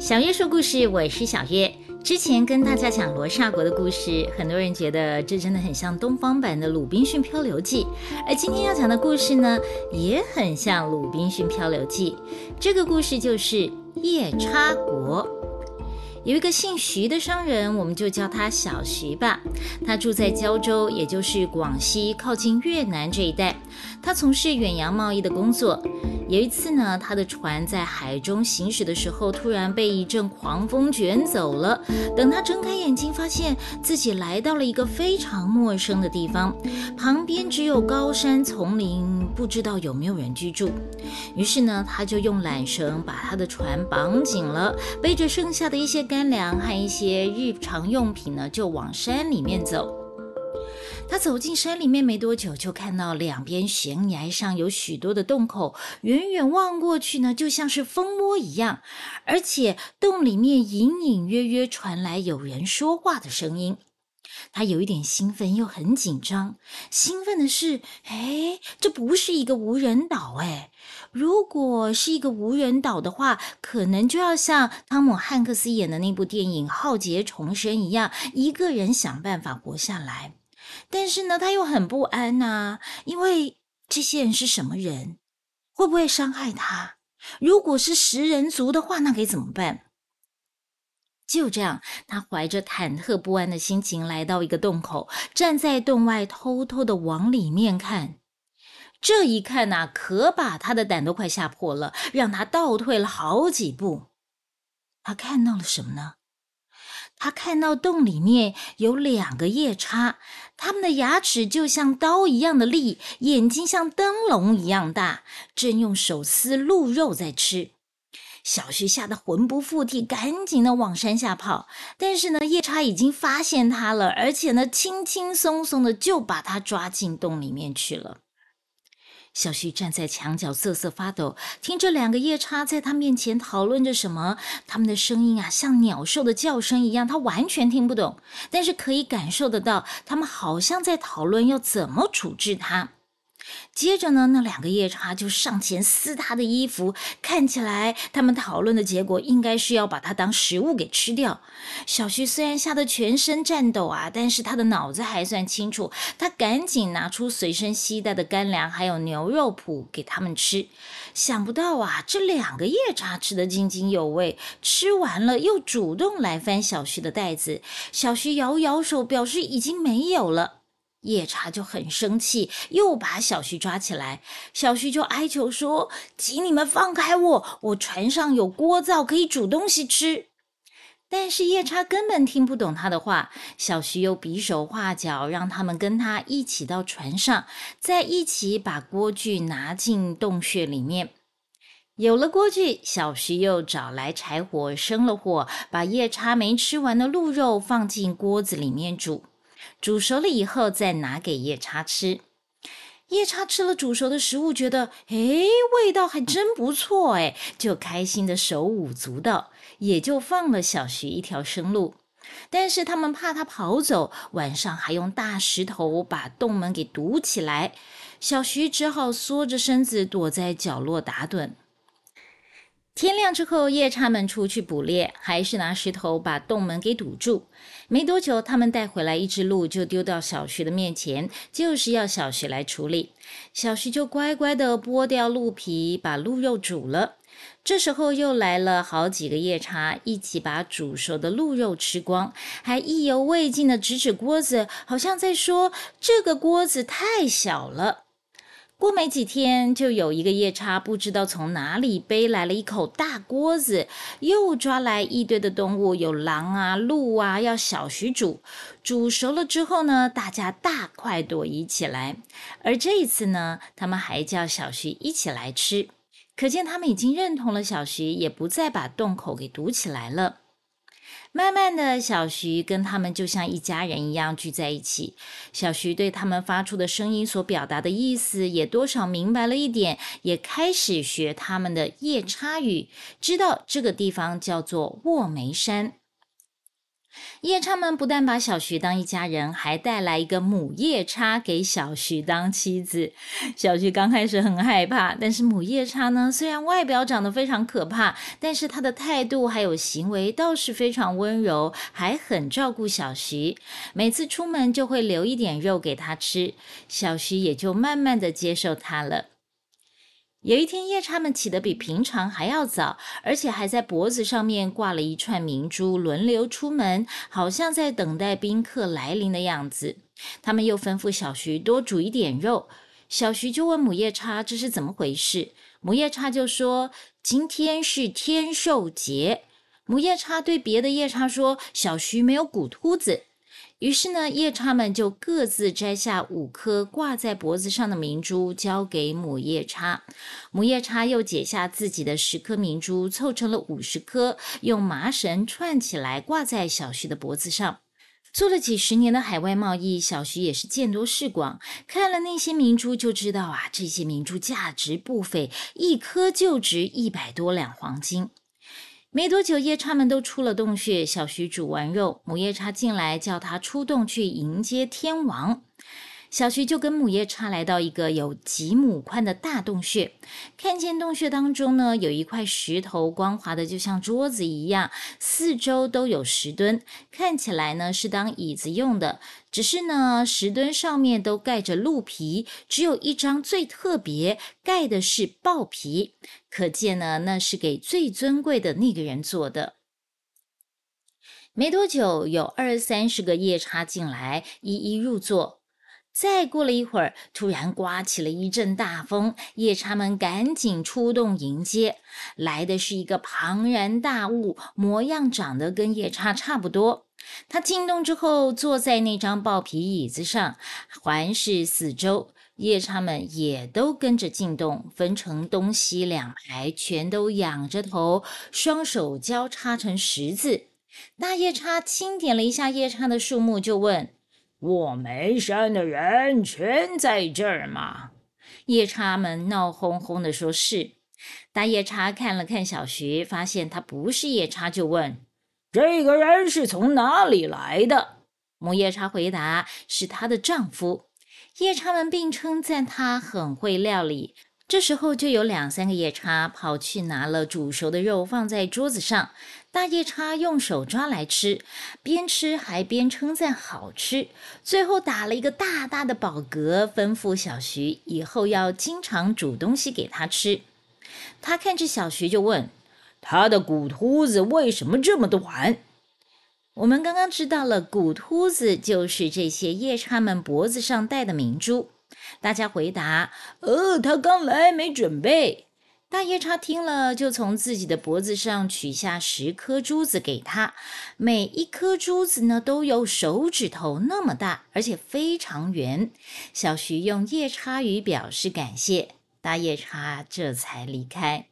小月说故事，我是小月。之前跟大家讲罗刹国的故事，很多人觉得这真的很像东方版的《鲁滨逊漂流记》，而今天要讲的故事呢，也很像《鲁滨逊漂流记》。这个故事就是夜叉国。有一个姓徐的商人，我们就叫他小徐吧。他住在胶州，也就是广西靠近越南这一带。他从事远洋贸易的工作。有一次呢，他的船在海中行驶的时候，突然被一阵狂风卷走了。等他睁开眼睛，发现自己来到了一个非常陌生的地方，旁边只有高山丛林，不知道有没有人居住。于是呢，他就用缆绳把他的船绑紧了，背着剩下的一些干粮和一些日常用品呢，就往山里面走。他走进山里面没多久，就看到两边悬崖上有许多的洞口，远远望过去呢，就像是蜂窝一样，而且洞里面隐隐约约传来有人说话的声音。他有一点兴奋又很紧张。兴奋的是，这不是一个无人岛如果是一个无人岛的话，可能就要像汤姆汉克斯演的那部电影《浩劫重生》一样，一个人想办法活下来。但是呢，他又很不安因为这些人是什么人？会不会伤害他？如果是食人族的话，那该怎么办？就这样，他怀着忐忑不安的心情来到一个洞口，站在洞外偷偷的往里面看。这一看可把他的胆都快吓破了，让他倒退了好几步。他看到了什么呢？他看到洞里面有两个夜叉，他们的牙齿就像刀一样的利，眼睛像灯笼一样大，正用手撕鹿肉在吃。小徐吓得魂不附体，赶紧的往山下跑。但是呢，夜叉已经发现他了，而且呢，轻轻松松的就把他抓进洞里面去了。小徐站在墙角瑟瑟发抖，听着两个夜叉在他面前讨论着什么，他们的声音像鸟兽的叫声一样，他完全听不懂，但是可以感受得到，他们好像在讨论要怎么处置他。接着呢，那两个夜叉就上前撕他的衣服，看起来他们讨论的结果应该是要把他当食物给吃掉。小徐虽然吓得全身颤抖但是他的脑子还算清楚，他赶紧拿出随身携带的干粮还有牛肉脯给他们吃。想不到这两个夜叉吃得津津有味，吃完了又主动来翻小徐的袋子。小徐摇摇手表示已经没有了。夜叉就很生气，又把小徐抓起来。小徐就哀求说，请你们放开我，我船上有锅灶可以煮东西吃。但是夜叉根本听不懂他的话，小徐又比手画脚，让他们跟他一起到船上，再一起把锅具拿进洞穴里面。有了锅具，小徐又找来柴火，生了火，把夜叉没吃完的鹿肉放进锅子里面煮。煮熟了以后，再拿给夜叉吃。夜叉吃了煮熟的食物，觉得味道还真不错就开心的手舞足蹈，也就放了小徐一条生路。但是他们怕他跑走，晚上还用大石头把洞门给堵起来。小徐只好缩着身子躲在角落打盹。天亮之后，夜叉们出去捕猎，还是拿石头把洞门给堵住。没多久，他们带回来一只鹿，就丢到小徐的面前，就是要小徐来处理。小徐就乖乖的剥掉鹿皮，把鹿肉煮了。这时候又来了好几个夜叉，一起把煮熟的鹿肉吃光，还意犹未尽的指锅子，好像在说这个锅子太小了。过没几天，就有一个夜叉不知道从哪里背来了一口大锅子，又抓来一堆的动物，有狼鹿要小徐煮。煮熟了之后呢，大家大快朵颐起来。而这一次呢，他们还叫小徐一起来吃，可见他们已经认同了小徐，也不再把洞口给堵起来了。慢慢的，小徐跟他们就像一家人一样聚在一起。小徐对他们发出的声音所表达的意思也多少明白了一点，也开始学他们的夜叉语，知道这个地方叫做卧眉山。 夜叉们不但把小徐当一家人，还带来一个母夜叉给小徐当妻子。小徐刚开始很害怕，但是母夜叉呢，虽然外表长得非常可怕，但是她的态度还有行为倒是非常温柔，还很照顾小徐。每次出门就会留一点肉给他吃，小徐也就慢慢的接受他了。有一天，夜叉们起得比平常还要早，而且还在脖子上面挂了一串明珠，轮流出门，好像在等待宾客来临的样子。他们又吩咐小徐多煮一点肉，小徐就问母夜叉这是怎么回事，母夜叉就说今天是天寿节。母夜叉对别的夜叉说小徐没有骨秃子。于是呢，夜叉们就各自摘下5颗挂在脖子上的明珠，交给母夜叉。母夜叉又解下自己的10颗明珠，凑成了50颗，用麻绳串起来挂在小徐的脖子上。做了几十年的海外贸易，小徐也是见多识广，看了那些明珠就知道啊，这些明珠价值不菲，一颗就值100多两黄金。没多久，夜叉们都出了洞穴，小徐煮完肉，母夜叉进来叫他出洞去迎接天王。小徐就跟母夜叉来到一个有几亩宽的大洞穴，看见洞穴当中呢，有一块石头光滑的就像桌子一样，四周都有石墩，看起来呢是当椅子用的，只是呢石墩上面都盖着鹿皮，只有一张最特别，盖的是豹皮，可见呢那是给最尊贵的那个人做的。没多久，有20-30个夜叉进来，一一入座。再过了一会儿，突然刮起了一阵大风，夜叉们赶紧出动迎接。来的是一个庞然大物，模样长得跟夜叉差不多。他进洞之后，坐在那张豹皮椅子上，环视四周。夜叉们也都跟着进洞，分成东西2排，全都仰着头，双手交叉成十字。大夜叉轻点了一下夜叉的数目，就问： 卧眉山的人全在这儿吗？ 夜叉们闹哄哄地说是。大夜叉看了看小徐，发现他不是夜叉，就问： 这个人是从哪里来的？ 母夜叉回答：是她的丈夫。夜叉们并称赞他很会料理。这时候就有2-3个夜叉跑去拿了煮熟的肉放在桌子上，大夜叉用手抓来吃，边吃还边称赞好吃，最后打了一个大大的饱嗝，吩咐小徐以后要经常煮东西给他吃。他看着小徐就问： 他的骨秃子为什么这么短？ 我们刚刚知道了，骨秃子就是这些夜叉们脖子上戴的明珠。大家回答： 他刚来没准备。 大夜叉听了，就从自己的脖子上取下10颗珠子给他，每一颗珠子呢都有手指头那么大，而且非常圆。小徐用夜叉语表示感谢，大夜叉这才离开。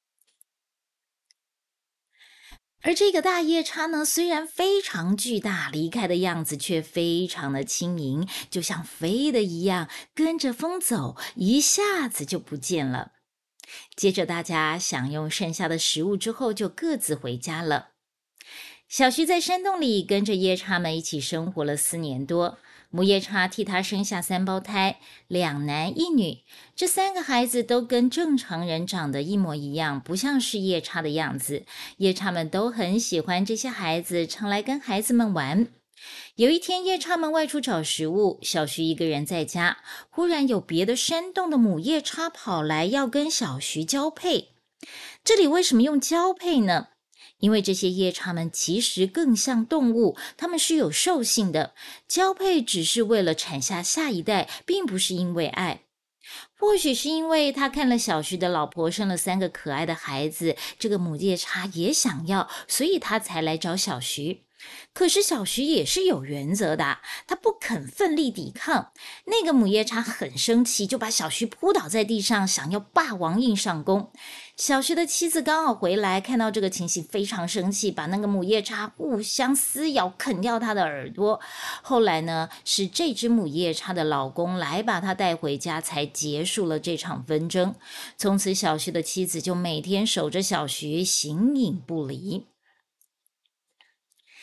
而这个大夜叉呢，虽然非常巨大，离开的样子却非常的轻盈，就像飞的一样，跟着风走，一下子就不见了。接着大家享用剩下的食物之后，就各自回家了。小徐在山洞里跟着夜叉们一起生活了4年多，母夜叉替他生下3胞胎，2男1女。这3个孩子都跟正常人长得一模一样，不像是夜叉的样子。夜叉们都很喜欢这些孩子，常来跟孩子们玩。有一天，夜叉们外出找食物，小徐一个人在家，忽然有别的山洞的母夜叉跑来要跟小徐交配。这里为什么用交配呢？因为这些夜叉们其实更像动物，它们是有兽性的，交配只是为了产下下一代，并不是因为爱。或许是因为他看了小徐的老婆生了3个可爱的孩子，这个母夜叉也想要，所以他才来找小徐。可是小徐也是有原则的，他不肯奋力抵抗。那个母夜叉很生气，就把小徐扑倒在地上，想要霸王硬上弓。小徐的妻子刚好回来，看到这个情形非常生气，把那个母夜叉互相撕咬，啃掉他的耳朵。后来呢，是这只母夜叉的老公来把他带回家，才结束了这场纷争。从此小徐的妻子就每天守着小徐，形影不离。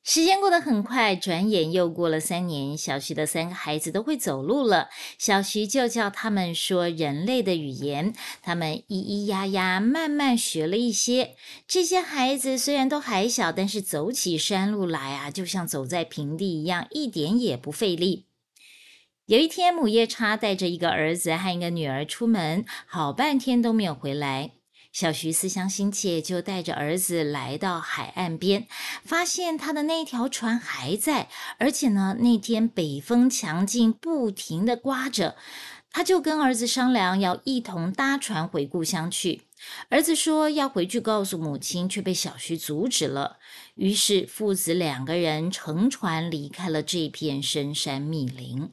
时间过得很快，转眼又过了3年，小徐的3个孩子都会走路了。小徐就叫他们说人类的语言，他们咿咿呀呀慢慢学了一些。这些孩子虽然都还小，但是走起山路来啊，就像走在平地一样，一点也不费力。有一天，母夜叉带着一个儿子和一个女儿出门，好半天都没有回来。小徐思乡心切，就带着儿子来到海岸边，发现他的那条船还在，而且呢，那天北风强劲，不停地刮着。他就跟儿子商量，要一同搭船回故乡去。儿子说要回去告诉母亲，却被小徐阻止了。于是父子2个人乘船离开了这片深山密林。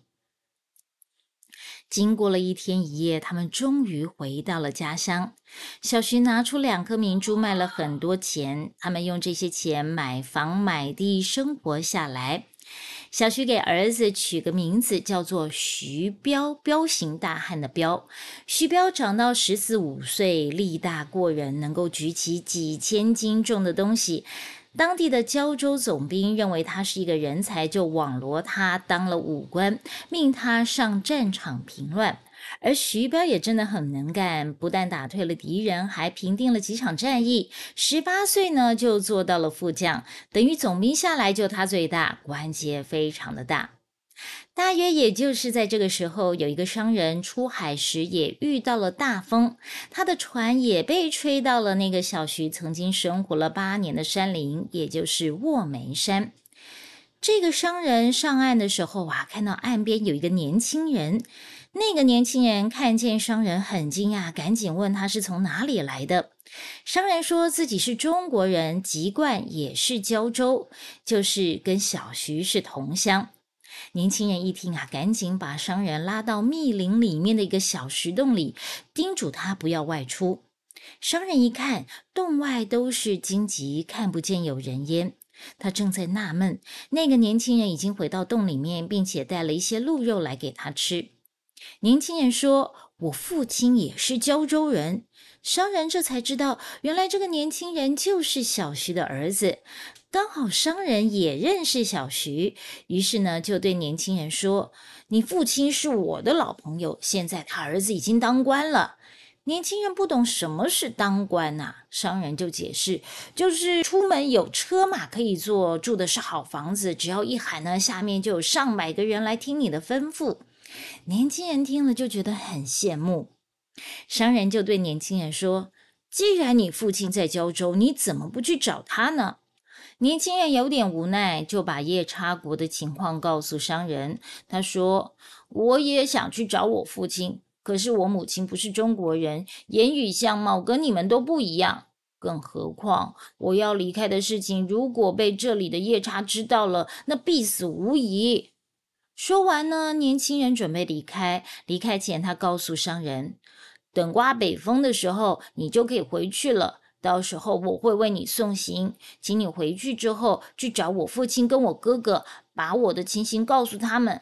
经过了1天1夜，他们终于回到了家乡。小徐拿出2颗明珠，卖了很多钱，他们用这些钱买房买地，生活下来。小徐给儿子取个名字，叫做徐彪，彪形大汉的彪。徐彪长到14、15岁，力大过人，能够举起几千斤重的东西。当地的胶州总兵认为他是一个人才，就网罗他当了武官，命他上战场平乱。而徐彪也真的很能干，不但打退了敌人，还平定了几场战役。18岁呢，就做到了副将，等于总兵下来就他最大，官阶非常的大。大约也就是在这个时候，有一个商人出海时也遇到了大风，他的船也被吹到了那个小徐曾经生活了8年的山林，也就是卧梅山。这个商人上岸的时候啊，看到岸边有一个年轻人，那个年轻人看见商人很惊讶，赶紧问他是从哪里来的。商人说自己是中国人，籍贯也是胶州，就是跟小徐是同乡。年轻人一听啊，赶紧把商人拉到密林里面的一个小石洞里，叮嘱他不要外出。商人一看，洞外都是荆棘，看不见有人烟。他正在纳闷，那个年轻人已经回到洞里面，并且带了一些鹿肉来给他吃。年轻人说，我父亲也是胶州人。商人这才知道，原来这个年轻人就是小徐的儿子。刚好商人也认识小徐，于是呢就对年轻人说，你父亲是我的老朋友，现在他儿子已经当官了。年轻人不懂什么是当官啊，商人就解释，就是出门有车马可以坐，住的是好房子，只要一喊呢，下面就有上百个人来听你的吩咐。年轻人听了就觉得很羡慕。商人就对年轻人说，既然你父亲在胶州，你怎么不去找他呢？年轻人有点无奈，就把夜叉国的情况告诉商人。他说，我也想去找我父亲，可是我母亲不是中国人，言语相貌跟你们都不一样。更何况我要离开的事情，如果被这里的夜叉知道了，那必死无疑。说完呢，年轻人准备离开。离开前，他告诉商人，等刮北风的时候，你就可以回去了。到时候我会为你送行，请你回去之后去找我父亲跟我哥哥，把我的情形告诉他们。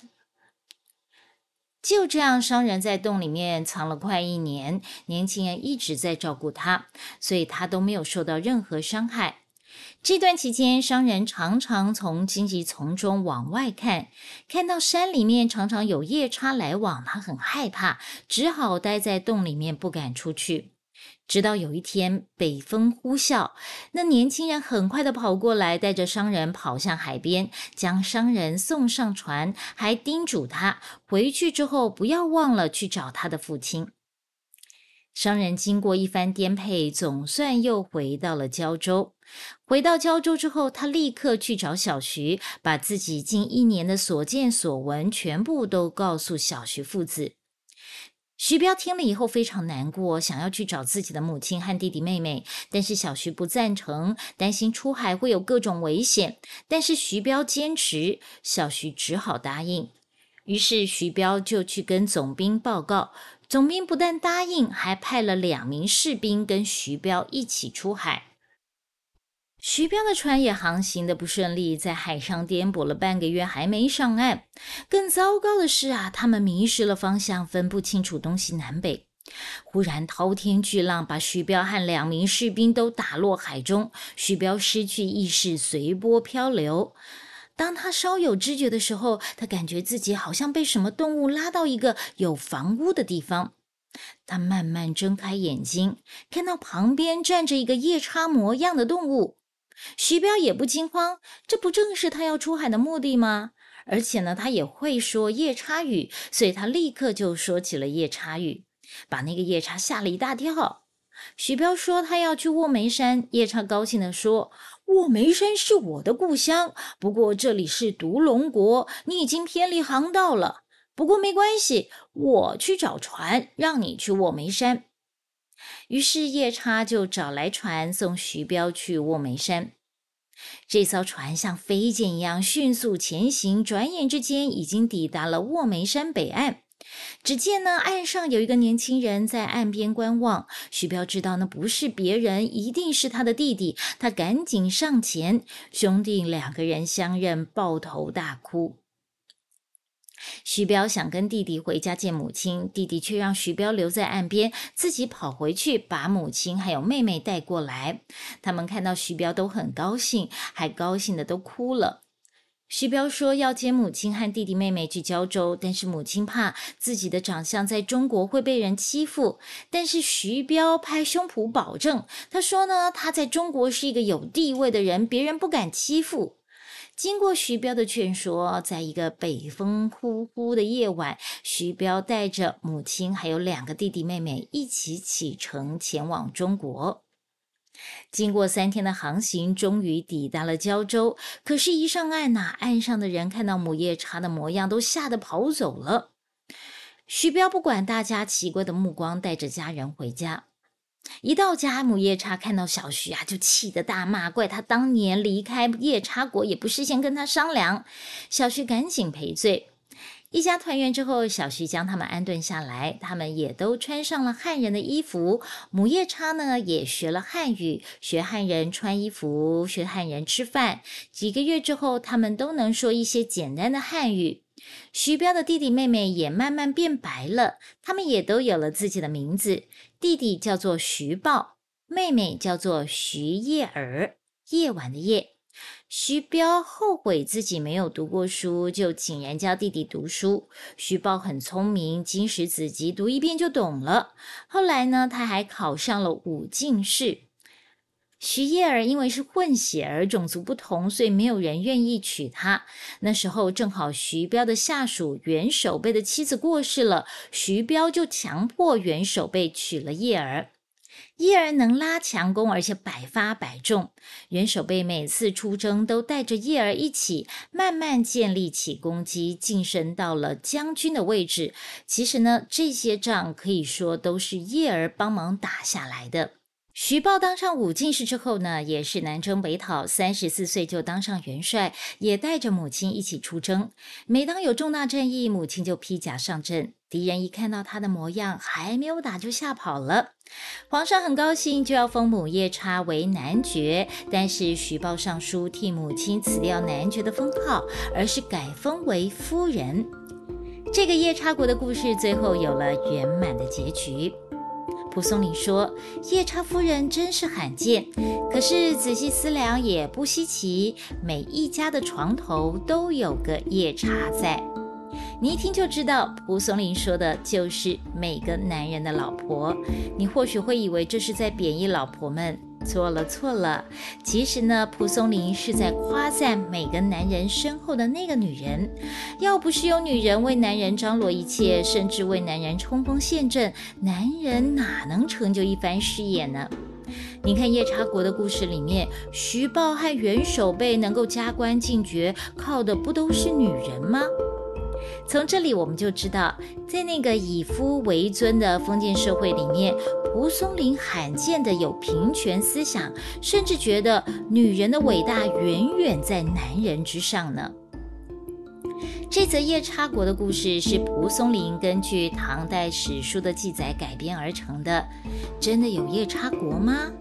就这样，商人在洞里面藏了快1年，年轻人一直在照顾他，所以他都没有受到任何伤害。这段期间，商人常常从荆棘丛中往外看，看到山里面常常有夜叉来往，他很害怕，只好待在洞里面不敢出去。直到有一天，北风呼啸，那年轻人很快的跑过来，带着商人跑向海边，将商人送上船，还叮嘱他回去之后不要忘了去找他的父亲。商人经过一番颠沛，总算又回到了胶州。回到胶州之后，他立刻去找小徐，把自己近1年的所见所闻全部都告诉小徐父子。徐彪听了以后非常难过，想要去找自己的母亲和弟弟妹妹，但是小徐不赞成，担心出海会有各种危险。但是徐彪坚持，小徐只好答应。于是徐彪就去跟总兵报告，总兵不但答应，还派了2名士兵跟徐彪一起出海。徐彪的船也航行的不顺利，在海上颠簸了半个月还没上岸。更糟糕的是啊，他们迷失了方向，分不清楚东西南北。 忽然滔天巨浪把徐彪和2名士兵都打落海中，徐彪失去意识，随波漂流。当他稍有知觉的时候，他感觉自己好像被什么动物拉到一个有房屋的地方。他慢慢睁开眼睛，看到旁边站着一个夜叉模样的动物。徐彪也不惊慌，这不正是他要出海的目的吗？而且呢，他也会说夜叉语，所以他立刻就说起了夜叉语，把那个夜叉吓了一大跳。徐彪说他要去卧眉山，夜叉高兴地说，卧眉山是我的故乡，不过这里是毒龙国，你已经偏离航道了。不过没关系，我去找船，让你去卧眉山。于是夜叉就找来船，送徐彪去卧眉山。这艘船像飞剑一样迅速前行，转眼之间已经抵达了卧眉山北岸。只见呢，岸上有一个年轻人在岸边观望。徐彪知道那不是别人，一定是他的弟弟，他赶紧上前，兄弟2个人相认，抱头大哭。徐彪想跟弟弟回家见母亲，弟弟却让徐彪留在岸边，自己跑回去把母亲还有妹妹带过来。他们看到徐彪都很高兴，还高兴的都哭了。徐彪说要接母亲和弟弟妹妹去胶州，但是母亲怕自己的长相在中国会被人欺负，但是徐彪拍胸脯保证，他说呢，他在中国是一个有地位的人，别人不敢欺负。经过徐彪的劝说，在一个北风呼呼的夜晚，徐彪带着母亲还有2个弟弟妹妹一起启程前往中国。经过3天的航行，终于抵达了胶州。可是一上岸岸上的人看到母夜叉的模样，都吓得跑走了。徐彪不管大家奇怪的目光，带着家人回家。一到家，母夜叉看到小徐就气得大骂，怪他当年离开夜叉国也不事先跟他商量。小徐赶紧赔罪。一家团圆之后，小徐将他们安顿下来，他们也都穿上了汉人的衣服。母夜叉呢也学了汉语，学汉人穿衣服，学汉人吃饭。几个月之后，他们都能说一些简单的汉语。徐彪的弟弟妹妹也慢慢变白了，他们也都有了自己的名字，弟弟叫做徐豹，妹妹叫做徐夜儿，夜晚的夜。徐彪后悔自己没有读过书，就请人教弟弟读书。徐豹很聪明，经史子集读一遍就懂了。后来呢，他还考上了武进士。徐夜儿因为是混血儿，种族不同，所以没有人愿意娶她。那时候正好徐彪的下属袁守备的妻子过世了，徐彪就强迫袁守备娶了夜儿。夜儿能拉强弓，而且百发百中。袁守备每次出征都带着夜儿一起，慢慢建立起功绩，晋升到了将军的位置。其实呢，这些仗可以说都是夜儿帮忙打下来的。徐豹当上武进士之后呢，也是南征北讨，34岁就当上元帅，也带着母亲一起出征。每当有重大战役，母亲就披甲上阵，敌人一看到他的模样，还没有打就吓跑了。皇上很高兴，就要封母夜叉为男爵，但是徐豹上书替母亲辞掉男爵的封号，而是改封为夫人。这个夜叉国的故事最后有了圆满的结局。蒲松龄说，夜叉夫人真是罕见，可是仔细思量也不稀奇，每一家的床头都有个夜叉在。你一听就知道，蒲松龄说的就是每个男人的老婆。你或许会以为这是在贬义老婆们，错了。其实呢，蒲松龄是在夸赞每个男人身后的那个女人。要不是有女人为男人张罗一切，甚至为男人冲锋陷阵，男人哪能成就一番事业呢？你看夜叉国的故事里面，徐豹和袁守备能够加官进爵，靠的不都是女人吗？从这里我们就知道，在那个以夫为尊的封建社会里面，蒲松龄罕见的有平权思想，甚至觉得女人的伟大远远在男人之上呢。这则夜叉国的故事是蒲松龄根据唐代史书的记载改编而成的。真的有夜叉国吗？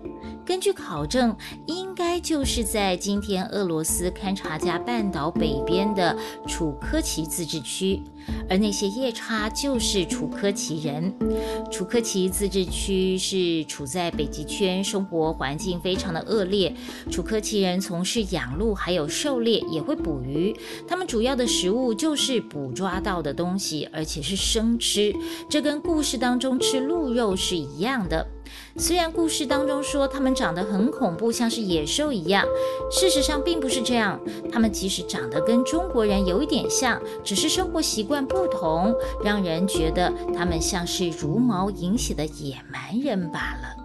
根据考证，应该就是在今天俄罗斯勘察加半岛北边的楚科奇自治区，而那些夜叉就是楚科奇人。楚科奇自治区是处在北极圈，生活环境非常的恶劣。楚科奇人从事养鹿，还有狩猎，也会捕鱼。他们主要的食物就是捕抓到的东西，而且是生吃。这跟故事当中吃鹿肉是一样的。虽然故事当中说他们长得很恐怖，像是野兽一样，事实上并不是这样。他们其实长得跟中国人有一点像，只是生活习惯不同，让人觉得他们像是茹毛饮血的野蛮人罢了。